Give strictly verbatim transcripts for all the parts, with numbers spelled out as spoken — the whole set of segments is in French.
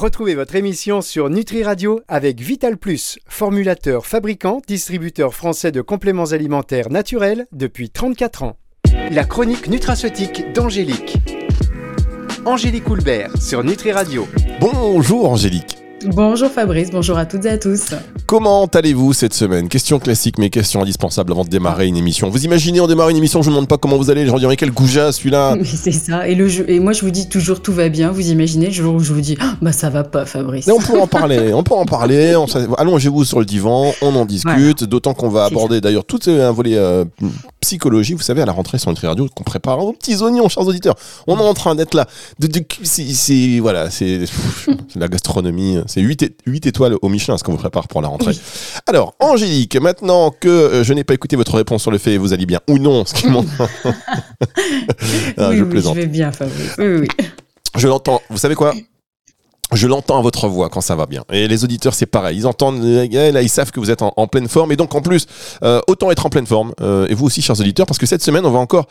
Retrouvez votre émission sur Nutri Radio avec Vital Plus, formulateur, fabricant, distributeur français de compléments alimentaires naturels depuis trente-quatre ans. La chronique nutraceutique d'Angélique. Angélique Houlbert sur Nutri Radio. Bonjour Angélique. Bonjour Fabrice, bonjour à toutes et à tous. Comment allez-vous cette semaine ? Question classique mais question indispensable avant de démarrer une émission. Vous imaginez on démarre une émission, je ne vous demande pas comment vous allez, je dirais quel goujat celui-là. Mais c'est ça, et, le jeu, et moi je vous dis toujours tout va bien, vous imaginez le jour où je vous dis oh, bah ça va pas Fabrice. Mais on peut en parler, on peut en parler, on allongez-vous sur le divan, on en discute, voilà. D'autant qu'on va aborder d'ailleurs tout un volet euh, psychologie, vous savez à la rentrée sur Nutri Radio qu'on prépare aux petits oignons chers auditeurs. On est en train d'être là, de, de, c'est, c'est, voilà, c'est, pff, c'est la gastronomie, c'est huit étoiles au Michelin ce qu'on vous prépare pour la rentrée. Oui. Alors, Angélique, maintenant que euh, je n'ai pas écouté votre réponse sur le fait vous allez bien ou non, ce qui m'en... ah, oui, je oui, plaisante. Je vais bien, Fabrice. Oui, oui. Je l'entends. Vous savez quoi ? Je l'entends à votre voix quand ça va bien. Et les auditeurs, c'est pareil. Ils entendent, là, ils savent que vous êtes en, en pleine forme. Et donc, en plus, euh, autant être en pleine forme. Euh, et vous aussi, chers auditeurs, parce que cette semaine, on va encore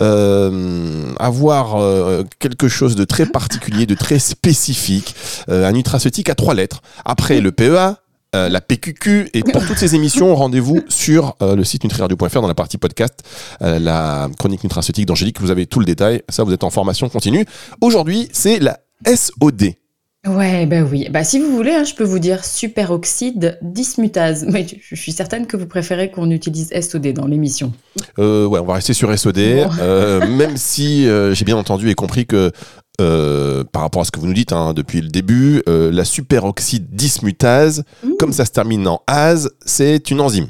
euh, avoir euh, quelque chose de très particulier, de très spécifique. Euh, un nutraceutique à trois lettres. Après le P E A, Euh, la P Q Q, et pour toutes ces émissions, rendez-vous sur euh, le site nutri radio point f r dans la partie podcast, euh, la chronique nutraceutique d'Angélique, vous avez tout le détail, ça vous êtes en formation continue. Aujourd'hui, c'est la S O D. Ouais, bah oui. Bah si vous voulez, hein, je peux vous dire superoxyde dismutase. Mais je, je suis certaine que vous préférez qu'on utilise S O D dans l'émission. Euh, ouais, on va rester sur S O D, bon. euh, même si euh, j'ai bien entendu et compris que Euh, par rapport à ce que vous nous dites hein, depuis le début, euh, la superoxyde dismutase, mmh. comme ça se termine en ase, c'est une enzyme.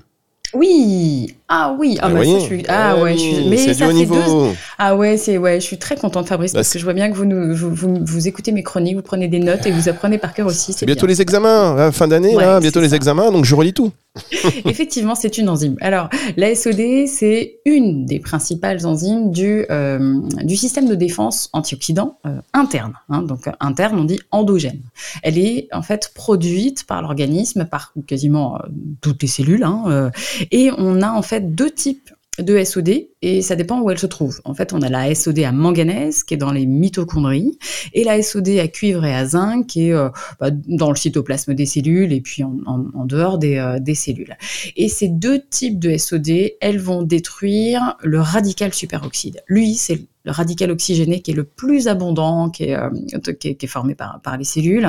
Oui, ah oui, ah, bah, ça, je suis... ah ouais, je suis... mais c'est ça du haut fait niveau. Deux... Ah ouais, c'est ouais, je suis très contente Fabrice bah, parce que je vois bien que vous, nous, vous, vous, vous écoutez mes chroniques, vous prenez des notes et vous apprenez par cœur aussi. C'est, c'est bientôt bien. les examens, hein, fin d'année, ouais, là, bientôt les ça. examens, donc je relis tout. Effectivement, c'est une enzyme. Alors, la S O D, c'est une des principales enzymes du, euh, du système de défense antioxydant euh, interne. Hein, donc, interne, on dit endogène. Elle est en fait produite par l'organisme, par quasiment euh, toutes les cellules. Hein, euh, et on a en fait deux types de S O D, et ça dépend où elle se trouve. En fait, on a la S O D à manganèse, qui est dans les mitochondries, et la S O D à cuivre et à zinc, qui est euh, bah, dans le cytoplasme des cellules, et puis en, en, en dehors des, euh, des cellules. Et ces deux types de S O D, elles vont détruire le radical superoxyde. Lui, c'est le radical oxygéné qui est le plus abondant, qui est, euh, qui est, qui est formé par, par les cellules,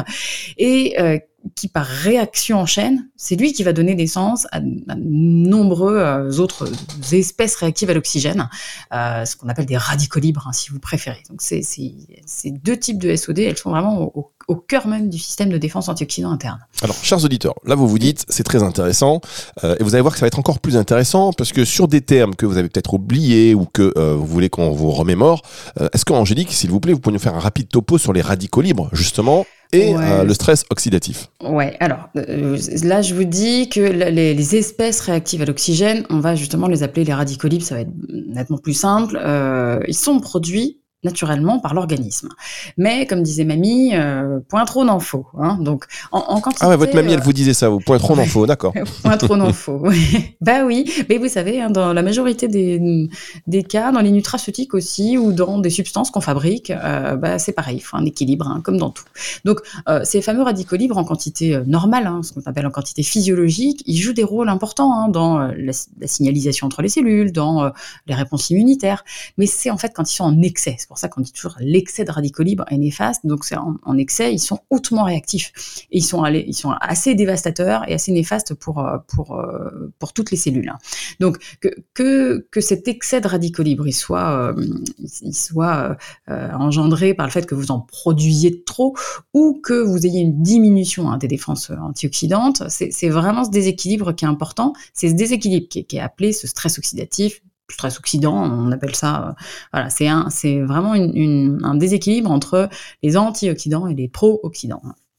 et euh, qui par réaction en chaîne, c'est lui qui va donner naissance à, à nombreux euh, autres espèces réactives à l'oxygène, euh, ce qu'on appelle des radicaux libres, hein, si vous préférez. Donc c'est, c'est, ces deux types de S O D, elles sont vraiment au, au cœur même du système de défense antioxydant interne. Alors, chers auditeurs, là vous vous dites, c'est très intéressant, euh, et vous allez voir que ça va être encore plus intéressant, parce que sur des termes que vous avez peut-être oubliés, ou que euh, vous voulez qu'on vous remémore, euh, est-ce qu'Angélique, s'il vous plaît, vous pouvez nous faire un rapide topo sur les radicaux libres, justement, et ouais. euh, le stress oxydatif. Ouais, alors euh, là je vous dis que les, les espèces réactives à l'oxygène, on va justement les appeler les radicaux libres, ça va être nettement plus simple. Euh, ils sont produits naturellement par l'organisme. Mais, comme disait mamie, euh, point trop n'en faut. Hein, donc, en, en quantité... Ah ouais, votre mamie, euh... elle vous disait ça, vous, point trop n'en faut, d'accord. Point trop n'en faut, oui. Bah oui, mais vous savez, hein, dans la majorité des, des cas, dans les nutraceutiques aussi, ou dans des substances qu'on fabrique, euh, bah, c'est pareil, il faut un équilibre, hein, comme dans tout. Donc, euh, ces fameux radicaux libres en quantité euh, normale, hein, ce qu'on appelle en quantité physiologique, ils jouent des rôles importants hein, dans euh, la, la signalisation entre les cellules, dans euh, les réponses immunitaires, mais c'est en fait quand ils sont en excès. C'est pour ça qu'on dit toujours l'excès de radicaux libres est néfaste, donc c'est en, en excès, ils sont hautement réactifs et ils sont, allés, ils sont assez dévastateurs et assez néfastes pour, pour, pour toutes les cellules. Donc que, que, que cet excès de radicaux libres il soit, euh, il soit euh, engendré par le fait que vous en produisiez trop ou que vous ayez une diminution hein, des défenses antioxydantes, c'est, c'est vraiment ce déséquilibre qui est important, c'est ce déséquilibre qui est, qui est appelé ce stress oxydatif, stress oxydant, on appelle ça, euh, voilà, c'est un, c'est vraiment une, une, un déséquilibre entre les antioxydants et les pro-oxydants.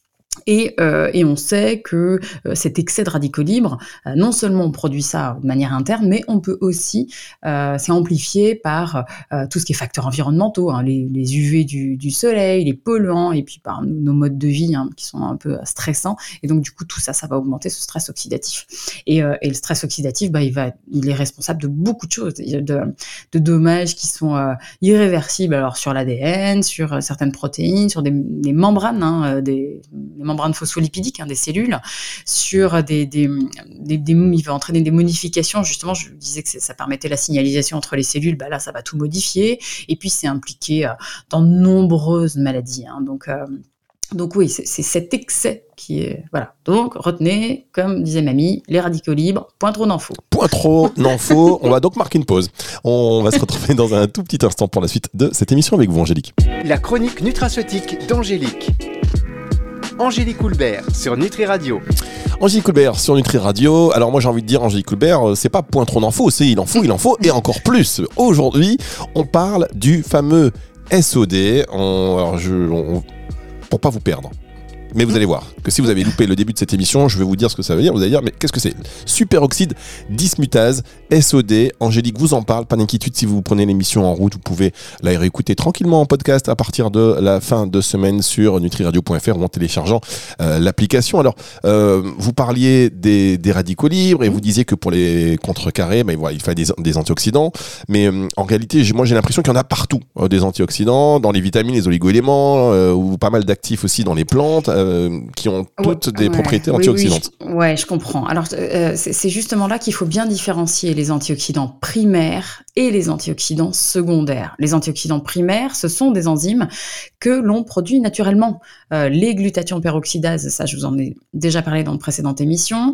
Et, euh, et on sait que euh, cet excès de radicaux libres, euh, non seulement on produit ça de manière interne, mais on peut aussi, euh, c'est amplifié par euh, tout ce qui est facteurs environnementaux, hein, les, les U V du, du soleil, les polluants, et puis par nos modes de vie hein, qui sont un peu stressants. Et donc du coup, tout ça, ça va augmenter ce stress oxydatif. Et, euh, et le stress oxydatif, bah, il, va, il est responsable de beaucoup de choses, de, de dommages qui sont euh, irréversibles alors sur l'A D N, sur certaines protéines, sur des, des membranes, hein, des, des membranes phospholipidiques hein, des cellules, sur des, des, des, des, il va entraîner des modifications. Justement, je vous disais que ça permettait la signalisation entre les cellules. Bah là, ça va tout modifier. Et puis, c'est impliqué euh, dans de nombreuses maladies. Hein. Donc, euh, donc oui, c'est, c'est cet excès qui est voilà. Donc, retenez, comme disait mamie, les radicaux libres, point trop n'en faut. Point trop n'en faut. On va donc marquer une pause. On va se retrouver dans un tout petit instant pour la suite de cette émission avec vous, Angélique. La chronique nutraceutique d'Angélique. Angélique Houlbert sur Nutri Radio. Angélique Houlbert sur Nutri Radio. Alors moi j'ai envie de dire Angélique Houlbert, c'est pas point trop n'en faut, c'est il en faut, il en faut et encore plus. Aujourd'hui, on parle du fameux S O D. On, alors je, on, pour pas vous perdre. Mais vous allez voir que si vous avez loupé le début de cette émission, je vais vous dire ce que ça veut dire. Vous allez dire, mais qu'est-ce que c'est ? Superoxyde dismutase, S O D. Angélique vous en parle, pas d'inquiétude. Si vous prenez l'émission en route, vous pouvez la réécouter tranquillement en podcast à partir de la fin de semaine sur nutriradio point f r ou en téléchargeant euh, l'application. Alors, euh, vous parliez des, des radicaux libres et vous disiez que pour les contrecarrer, ben, voilà, il fallait des, des antioxydants. Mais euh, en réalité, j'ai, moi j'ai l'impression qu'il y en a partout. Euh, des antioxydants, dans les vitamines, les oligo-éléments, euh, ou pas mal d'actifs aussi dans les plantes. Euh, qui ont toutes ouais, des ouais, propriétés oui, antioxydantes. Oui, je, ouais, je comprends. Alors, euh, c'est, c'est justement là qu'il faut bien différencier les antioxydants primaires et les antioxydants secondaires. Les antioxydants primaires, ce sont des enzymes que l'on produit naturellement. Euh, les glutathions peroxydases, ça, je vous en ai déjà parlé dans de précédentes émissions.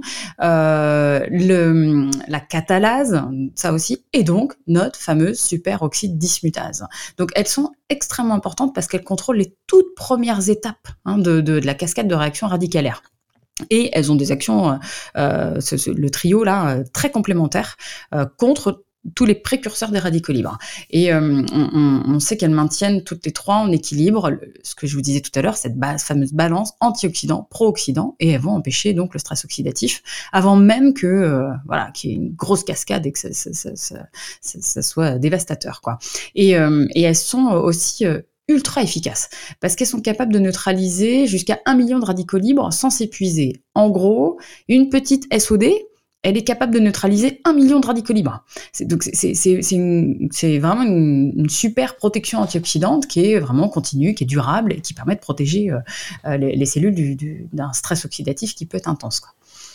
Euh, le, la catalase, ça aussi. Et donc, notre fameuse superoxyde dismutase. Donc, elles sont extrêmement importantes parce qu'elles contrôlent les toutes premières étapes hein, de, de, de la cascade de réactions radicalaires. Et elles ont des actions, euh, ce, ce, le trio là, très complémentaires euh, contre tous les précurseurs des radicaux libres. Et euh, on, on sait qu'elles maintiennent toutes les trois en équilibre, le, ce que je vous disais tout à l'heure, cette base, fameuse balance antioxydant, pro-oxydant, et elles vont empêcher donc le stress oxydatif, avant même que euh, voilà, qu'il y ait une grosse cascade et que ça, ça, ça, ça, ça, ça soit dévastateur, quoi. Et, euh, et elles sont aussi euh, ultra efficaces, parce qu'elles sont capables de neutraliser jusqu'à un million de radicaux libres sans s'épuiser. En gros, une petite S O D, elle est capable de neutraliser un million de radicaux libres. C'est, donc c'est, c'est, c'est, c'est, une, c'est vraiment une, une super protection antioxydante qui est vraiment continue, qui est durable et qui permet de protéger euh, les, les cellules du, du, d'un stress oxydatif qui peut être intense, quoi.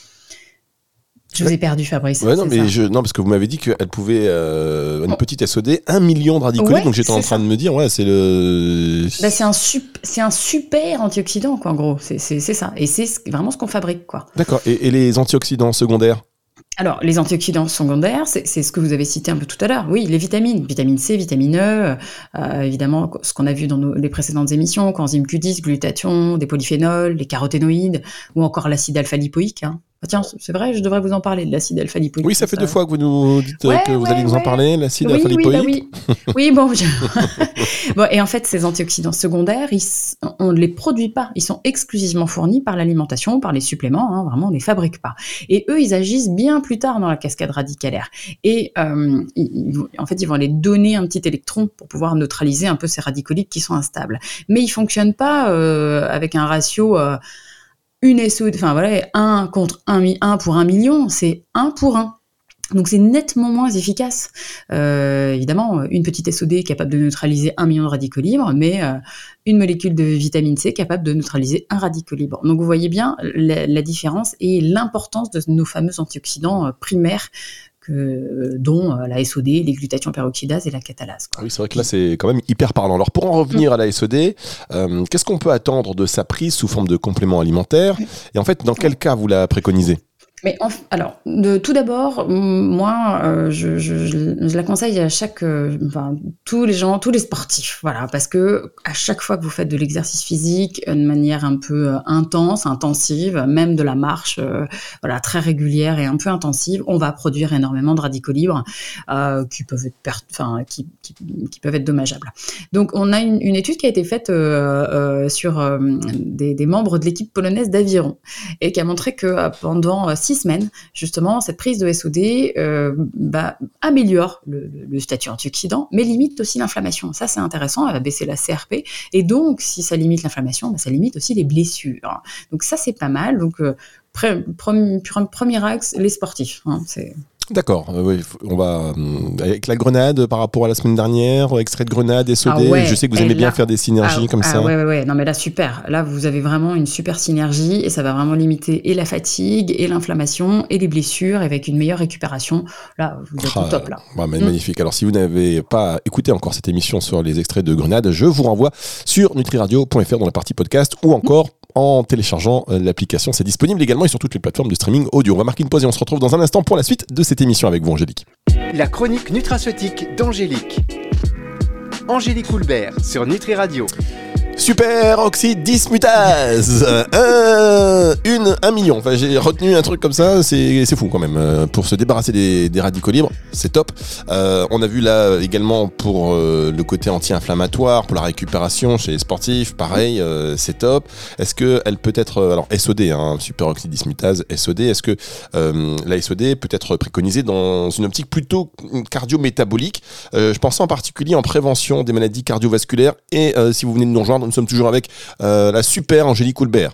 Je vous ai perdu, Fabrice. Ouais, non, mais je, non, parce que vous m'avez dit qu'elle pouvait, euh, une petite S O D, un million de radicaux libres, ouais, donc j'étais en train ça. de me dire, ouais, c'est le... Bah, c'est un, sup, c'est un super antioxydant, quoi, en gros. C'est, c'est, c'est ça. Et c'est vraiment ce qu'on fabrique, quoi. D'accord. Et, et les antioxydants secondaires ? Alors, les antioxydants secondaires, c'est, c'est ce que vous avez cité un peu tout à l'heure. Oui, les vitamines, vitamine C, vitamine E, euh, évidemment, ce qu'on a vu dans nos, les précédentes émissions, coenzyme Q dix, glutathion, des polyphénols, les caroténoïdes, ou encore l'acide alpha-lipoïque, hein. Ah tiens, c'est vrai, je devrais vous en parler de l'acide alpha-lipoïque. Oui, ça fait ça... deux fois que vous nous dites ouais, que vous ouais, allez nous ouais. en parler, l'acide oui, alpha-lipoïque. Oui, bah oui. oui, bon, je... bon. Et en fait, ces antioxydants secondaires, ils, on ne les produit pas. Ils sont exclusivement fournis par l'alimentation, par les suppléments. Hein, vraiment, on ne les fabrique pas. Et eux, ils agissent bien plus tard dans la cascade radicalaire. Et euh, ils, en fait, ils vont aller donner un petit électron pour pouvoir neutraliser un peu ces radicaux libres qui sont instables. Mais ils ne fonctionnent pas euh, avec un ratio... Euh, une S O D, enfin voilà, un contre un, un pour un million, c'est un pour un. Donc c'est nettement moins efficace. Euh, évidemment, une petite S O D est capable de neutraliser un million de radicaux libres, mais euh, une molécule de vitamine C est capable de neutraliser un radicaux libre. Donc vous voyez bien la, la différence et l'importance de nos fameux antioxydants primaires, que, dont la S O D, les glutathions peroxydases et la catalase, quoi. Oui, c'est vrai que là, c'est quand même hyper parlant. Alors, pour en revenir mmh. à la S O D, euh, qu'est-ce qu'on peut attendre de sa prise sous forme de complément alimentaire ? Et en fait, dans quel cas vous la préconisez ? Mais en, alors, de, tout d'abord, moi, euh, je, je, je, je la conseille à chaque, euh, enfin, tous les gens, tous les sportifs, voilà, parce que à chaque fois que vous faites de l'exercice physique de manière un peu euh, intense, intensive, même de la marche, euh, voilà, très régulière et un peu intensive, on va produire énormément de radicaux libres euh, qui peuvent être, per- enfin, qui, qui, qui peuvent être dommageables. Donc, on a une, une étude qui a été faite euh, euh, sur euh, des, des membres de l'équipe polonaise d'aviron et qui a montré que euh, pendant six semaines, justement, cette prise de S O D euh, bah, améliore le, le, le statut antioxydant, mais limite aussi l'inflammation. Ça, c'est intéressant, elle va baisser la C R P. Et donc, si ça limite l'inflammation, bah, ça limite aussi les blessures. Donc ça, c'est pas mal. Donc, euh, pre- premier, premier axe, les sportifs. Hein, c'est... D'accord, euh, oui, on va euh, avec la grenade par rapport à la semaine dernière, extrait de grenade, S O D. Ah ouais, je sais que vous aimez là, bien faire des synergies ah, comme ah ça. Ouais, ouais, ouais. Non, mais là, super. Là, vous avez vraiment une super synergie et ça va vraiment limiter et la fatigue, et l'inflammation, et les blessures, avec une meilleure récupération. Là, vous êtes Ah, au top, là. bah, Mm. Magnifique. Alors, si vous n'avez pas écouté encore cette émission sur les extraits de grenade, je vous renvoie sur nutriradio point f r dans la partie podcast ou encore en téléchargeant l'application. C'est disponible également et sur toutes les plateformes de streaming audio. On va marquer une pause et on se retrouve dans un instant pour la suite de cette émission avec vous, Angélique. La chronique nutraceutique d'Angélique. Angélique Houlbert sur Nutri Radio. Super oxyde dismutase, un, une, un million. Enfin, j'ai retenu un truc comme ça, c'est, c'est fou quand même. Euh, pour se débarrasser des, des radicaux libres, c'est top. Euh, on a vu là également pour euh, le côté anti-inflammatoire, pour la récupération chez les sportifs, pareil, euh, c'est top. Est-ce que elle peut être, alors S O D, hein, super oxyde dismutase, S O D, est-ce que euh, la S O D peut être préconisée dans une optique plutôt cardio-métabolique? euh, Je pense en particulier en prévention des maladies cardiovasculaires. Et euh, si vous venez de nous rejoindre, nous sommes toujours avec euh, la super Angélique Houlbert.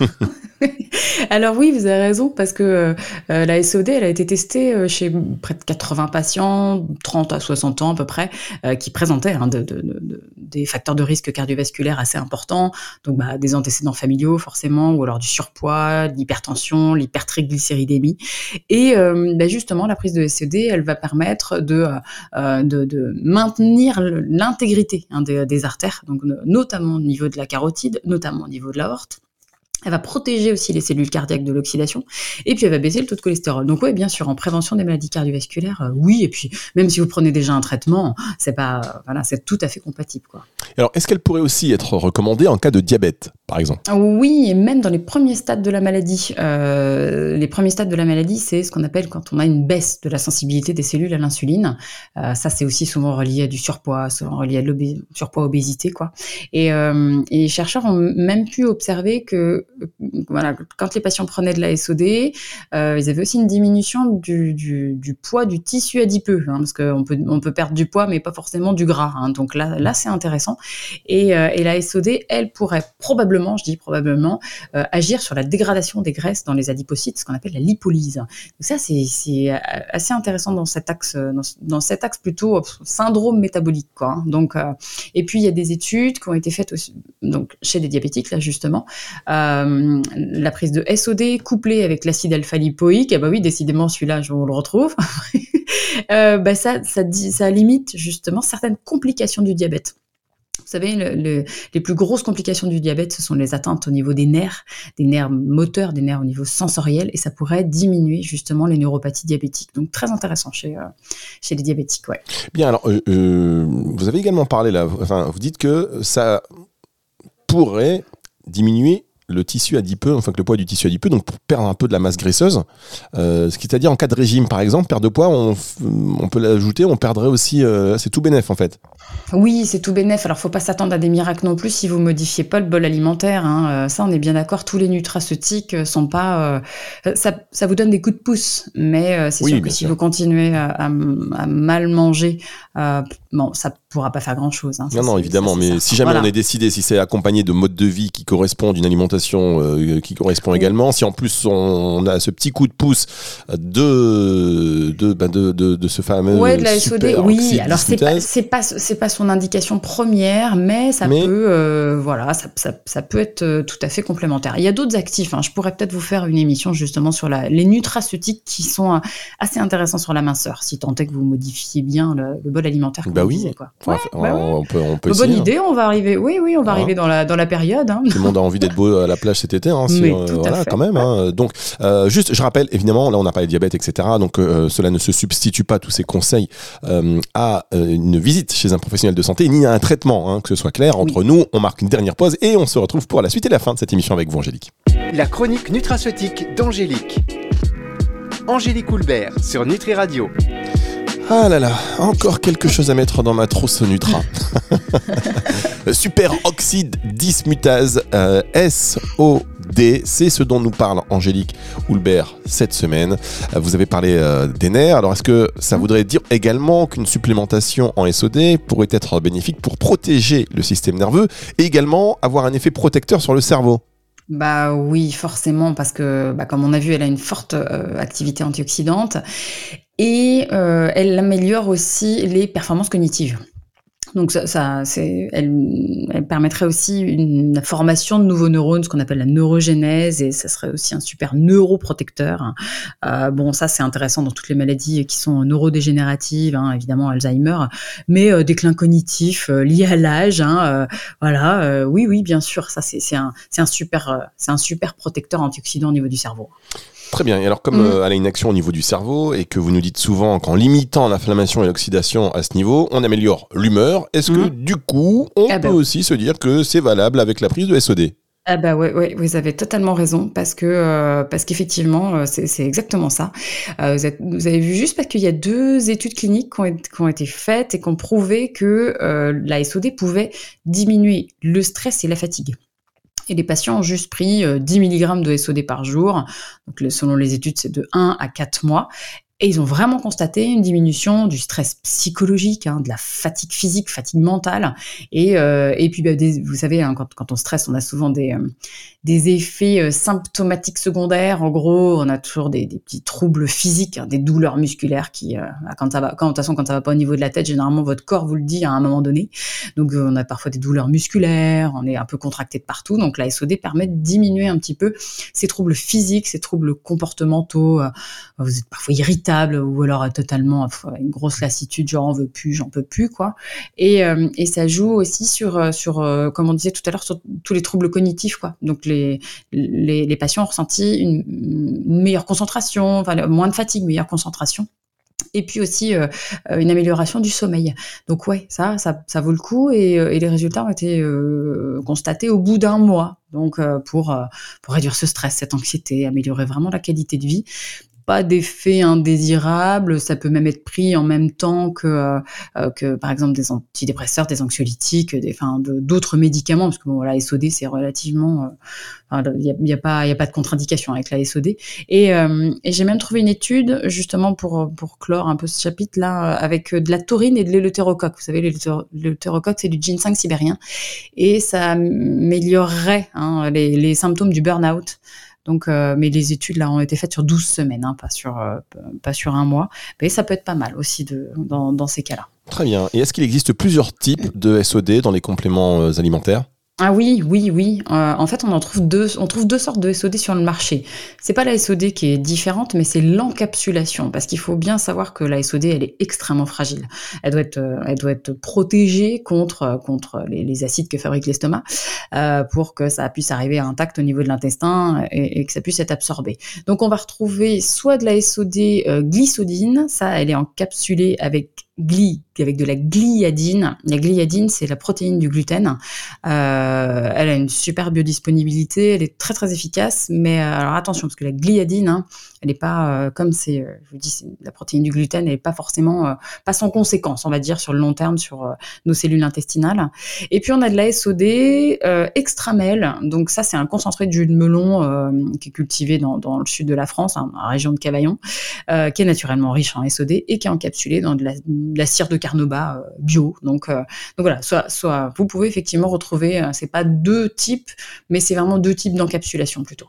Alors oui, vous avez raison, parce que euh, la S O D, elle a été testée euh, chez près de quatre-vingts patients, trente à soixante ans à peu près, euh, qui présentaient hein, de, de, de, de, des facteurs de risque cardiovasculaire assez importants, donc bah, des antécédents familiaux forcément, ou alors du surpoids, de l'hypertension, l'hypertriglycéridémie. Et euh, bah, justement, la prise de S O D, elle va permettre de, euh, de, de maintenir l'intégrité hein, des, des artères, donc notamment au niveau de la carotide, notamment au niveau de l'aorte. Elle va protéger aussi les cellules cardiaques de l'oxydation et puis elle va baisser le taux de cholestérol. Donc oui, bien sûr, en prévention des maladies cardiovasculaires, euh, oui. Et puis même si vous prenez déjà un traitement, c'est pas, euh, voilà, c'est tout à fait compatible, quoi. Alors, est-ce qu'elle pourrait aussi être recommandée en cas de diabète, par exemple? Oui, et même dans les premiers stades de la maladie. Euh, les premiers stades de la maladie, c'est ce qu'on appelle quand on a une baisse de la sensibilité des cellules à l'insuline. Euh, ça, c'est aussi souvent relié à du surpoids, souvent relié à de l'obé- surpoids, obésité, quoi. Et, euh, et les chercheurs ont même pu observer que voilà, quand les patients prenaient de la S O D, euh, ils avaient aussi une diminution du, du, du poids du tissu adipeux, hein, parce qu'on peut, on peut perdre du poids, mais pas forcément du gras. Hein, donc là, là, c'est intéressant. Et, euh, et la S O D, elle pourrait probablement, je dis probablement, euh, agir sur la dégradation des graisses dans les adipocytes, ce qu'on appelle la lipolyse. Donc ça, c'est, c'est assez intéressant dans cet axe, dans, dans cet axe plutôt syndrome métabolique, quoi. Hein. Donc, euh, et puis il y a des études qui ont été faites aussi, donc chez des diabétiques là justement. Euh, la prise de S O D couplée avec l'acide alpha-lipoïque, ah bah oui, décidément celui-là, on le retrouve. euh, bah ça, ça, ça limite justement certaines complications du diabète. Vous savez, le, le, les plus grosses complications du diabète, ce sont les atteintes au niveau des nerfs, des nerfs moteurs, des nerfs au niveau sensoriel, et ça pourrait diminuer justement les neuropathies diabétiques. Donc très intéressant chez, euh, chez les diabétiques, ouais. Bien, alors, euh, euh, vous avez également parlé là, enfin, vous dites que ça pourrait diminuer le tissu adipeux, enfin que le poids du tissu adipeux, donc pour perdre un peu de la masse graisseuse. Euh, ce qui est à dire en cas de régime, par exemple, perte de poids, on, on peut l'ajouter, on perdrait aussi, euh, c'est tout bénef en fait. Oui, c'est tout bénef. Alors, faut pas s'attendre à des miracles non plus si vous modifiez pas le bol alimentaire. Hein. Ça, on est bien d'accord. Tous les nutraceutiques sont pas. Euh, ça, ça vous donne des coups de pouce, mais euh, c'est oui, sûr que si sûr. vous continuez à, à, à mal manger, euh, bon, ça pourra pas faire grand chose. Hein. Ça, non, non, évidemment. Ça, mais ça. si jamais voilà. on est décidé, si c'est accompagné de modes de vie qui correspondent, d'une alimentation euh, qui correspond oui. également, si en plus on a ce petit coup de pouce de de ben de, de, de ce fameux ouais, de la S O D. Oui, alors c'est pas, dismutase. c'est pas c'est pas son indication première, mais ça mais... peut, euh, voilà, ça, ça, ça peut être euh, tout à fait complémentaire. Il y a d'autres actifs. Hein. Je pourrais peut-être vous faire une émission justement sur la, les nutraceutiques qui sont euh, assez intéressants sur la minceur, si tant est que vous modifiez bien le, le bol alimentaire. Bah Bah oui. Disait, quoi. Enfin, Ouais, bah on, ouais. peut, on peut Bonne essayer, idée, on va arriver. Oui, oui, on va Ah. arriver dans la dans la période. Hein. Tout le monde a envie d'être beau à la plage cet été, hein, si, Mais euh, tout à voilà, fait. quand même. Hein. Donc, euh, juste, je rappelle, évidemment, là, on a parlé de diabète, et cetera. Donc, euh, cela ne se substitue pas, tous ces conseils, euh, à euh, une visite chez un professionnel de santé, ni à un traitement, hein, que ce soit clair. Entre Oui. nous, on marque une dernière pause et on se retrouve pour la suite et la fin de cette émission avec vous, Angélique. La chronique nutraceutique d'Angélique. Angélique Houlbert sur Nutri Radio. Ah là là, encore quelque chose à mettre dans ma trousse Nutra. Super oxyde dismutase euh, S O D, c'est ce dont nous parle Angélique Houlbert cette semaine. Euh, vous avez parlé euh, des nerfs, alors est-ce que ça voudrait dire également qu'une supplémentation en S O D pourrait être bénéfique pour protéger le système nerveux et également avoir un effet protecteur sur le cerveau ? Bah oui, forcément, parce que bah, comme on a vu, elle a une forte euh, activité antioxydante et euh, elle améliore aussi les performances cognitives. Donc ça, ça c'est, elle, elle permettrait aussi une la formation de nouveaux neurones, ce qu'on appelle la neurogénèse, et ça serait aussi un super neuroprotecteur. Euh, bon, ça c'est intéressant dans toutes les maladies qui sont neurodégénératives, hein, évidemment Alzheimer, mais euh, déclin cognitif euh, lié à l'âge, hein, euh, voilà. Euh, oui, oui, bien sûr, ça c'est, c'est un, c'est un super, euh, c'est un super protecteur antioxydant au niveau du cerveau. Très bien. Et alors, comme Mmh. euh, elle a une action au niveau du cerveau et que vous nous dites souvent qu'en limitant l'inflammation et l'oxydation à ce niveau, on améliore l'humeur, est-ce que Mmh. du coup, on Ah peut bah. aussi se dire que c'est valable avec la prise de S O D ? Ah bah ouais, ouais, vous avez totalement raison parce que euh, parce qu'effectivement euh, c'est, c'est exactement ça. Euh, vous, êtes- vous avez vu juste parce qu'il y a deux études cliniques qui ont, été- qui ont été faites et qui ont prouvé que euh, la S O D pouvait diminuer le stress et la fatigue. Et les patients ont juste pris euh, dix milligrammes de S O D par jour. Donc, le- selon les études, c'est de un à quatre mois. Et ils ont vraiment constaté une diminution du stress psychologique, hein, de la fatigue physique, fatigue mentale. Et, euh, et puis, bah, des- vous savez, hein, quand, quand on stresse, on a souvent des, euh, des effets euh, symptomatiques secondaires. En gros, on a toujours des, des petits troubles physiques, hein, des douleurs musculaires qui, euh, bah, quand ça va, quand, de toute façon, quand ça va pas au niveau de la tête, généralement, votre corps vous le dit à un moment donné. Donc, euh, on a parfois des douleurs musculaires, on est un peu contracté de partout. Donc, la S O D permet de diminuer un petit peu ces troubles physiques, ces troubles comportementaux. Euh, vous êtes parfois irritable ou alors euh, totalement euh, une grosse lassitude, genre on veut plus, j'en peux plus, quoi. Et, euh, et ça joue aussi sur, euh, sur euh, comme on disait tout à l'heure, sur tous les troubles cognitifs, quoi. Donc, les, les, les patients ont ressenti une, une meilleure concentration, enfin, moins de fatigue, meilleure concentration. Et puis aussi euh, une amélioration du sommeil. Donc ouais, ça, ça, ça vaut le coup et, et les résultats ont été euh, constatés au bout d'un mois. Donc euh, pour, euh, pour réduire ce stress, cette anxiété, améliorer vraiment la qualité de vie. Pas d'effet indésirable, ça peut même être pris en même temps que, euh, que par exemple des antidépresseurs, des anxiolytiques, des, enfin, de, d'autres médicaments, parce que bon, la S O D c'est relativement, il euh, n'y a, y a pas, y a pas de contre-indication avec la S O D. Et, euh, et j'ai même trouvé une étude justement pour pour clore un peu ce chapitre là avec de la taurine et de l'éleutérocoque. Vous savez, l'éleutérocoque c'est du ginseng sibérien et ça améliorerait hein, les, les symptômes du burn-out. Donc, euh, mais les études là ont été faites sur douze semaines, hein, pas sur euh, pas sur un mois. Mais ça peut être pas mal aussi de, dans, dans ces cas-là. Très bien. Et est-ce qu'il existe plusieurs types de S O D dans les compléments euh, alimentaires ? Ah oui, oui, oui. Euh, en fait, on en trouve deux. On trouve deux sortes de S O D sur le marché. C'est pas la S O D qui est différente, mais c'est l'encapsulation, parce qu'il faut bien savoir que la S O D, elle est extrêmement fragile. Elle doit être, euh, elle doit être protégée contre contre les, les acides que fabrique l'estomac, euh, pour que ça puisse arriver intact au niveau de l'intestin et, et que ça puisse être absorbé. Donc, on va retrouver soit de la S O D euh, glycodine, ça, elle est encapsulée avec gli, avec de la gliadine. La gliadine, c'est la protéine du gluten. Euh, elle a une super biodisponibilité, elle est très très efficace, mais euh, alors attention, parce que la gliadine, hein, elle n'est pas, euh, comme c'est, euh, je vous dis, c'est la protéine du gluten, elle n'est pas forcément, euh, pas sans conséquence, on va dire, sur le long terme, sur euh, nos cellules intestinales. Et puis on a de la S O D euh, extramel, donc ça c'est un concentré de jus de melon euh, qui est cultivé dans, dans le sud de la France, hein, dans la région de Cavaillon, euh, qui est naturellement riche en S O D et qui est encapsulé dans de la, de la cire de carnauba euh, bio. Donc, euh, donc voilà, soit, soit vous pouvez effectivement retrouver, euh, c'est pas deux types, mais c'est vraiment deux types d'encapsulation plutôt.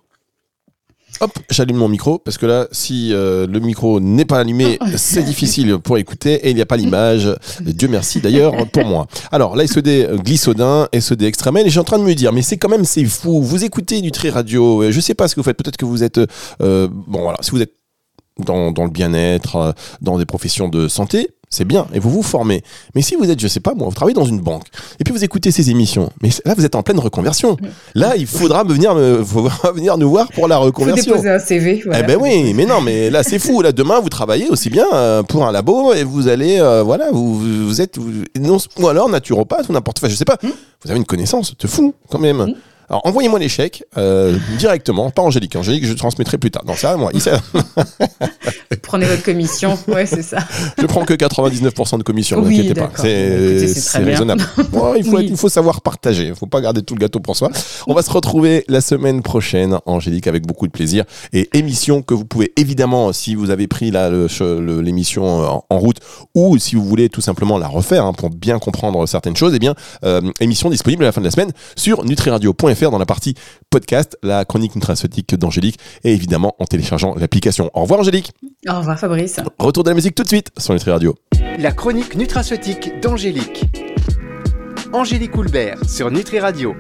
Hop, j'allume mon micro parce que là, si euh, le micro n'est pas allumé, c'est difficile pour écouter et il n'y a pas l'image. Dieu merci d'ailleurs pour moi. Alors, la S O D glycodin, S O D extramel, et je suis en train de me dire, mais c'est quand même, c'est fou. Vous écoutez Nutri Radio, je sais pas ce que vous faites. Peut-être que vous êtes, euh, bon voilà, si vous êtes dans, dans le bien-être, dans des professions de santé, c'est bien, et vous vous formez. Mais si vous êtes, je sais pas moi, vous travaillez dans une banque, et puis vous écoutez ces émissions, mais là vous êtes en pleine reconversion. Là, il faudra venir, me, faudra venir nous voir pour la reconversion. Faut déposer un C V. Voilà. Eh ben oui, mais non, mais là c'est fou. Là demain vous travaillez aussi bien euh, pour un labo et vous allez, euh, voilà, vous, vous êtes, vous, non, ou alors naturopathe ou n'importe quoi, je sais pas. Mmh. Vous avez une connaissance, te fou quand même. Mmh. Alors envoyez-moi les chèques euh, directement, pas Angélique. Angélique, je transmettrai plus tard. Non, ça, moi, il sait. Prenez votre commission, ouais, c'est ça. Je prends que quatre-vingt-dix-neuf pour cent de commission, ne oui, vous inquiétez pas. C'est, Écoutez, c'est, c'est raisonnable. Bon, il, faut oui. être, il faut savoir partager, il ne faut pas garder tout le gâteau pour soi. On va se retrouver la semaine prochaine, Angélique, avec beaucoup de plaisir. Et émission que vous pouvez évidemment, si vous avez pris là, le, le, l'émission en, en route, ou si vous voulez tout simplement la refaire hein, pour bien comprendre certaines choses, eh bien, euh, émission disponible à la fin de la semaine sur nutriradio point f r dans la partie podcast, la chronique nutraceutique d'Angélique, et évidemment en téléchargeant l'application. Au revoir Angélique. Au revoir Fabrice. Retour de la musique tout de suite sur Nutri Radio. La chronique nutraceutique d'Angélique. Angélique Houlbert sur Nutri Radio.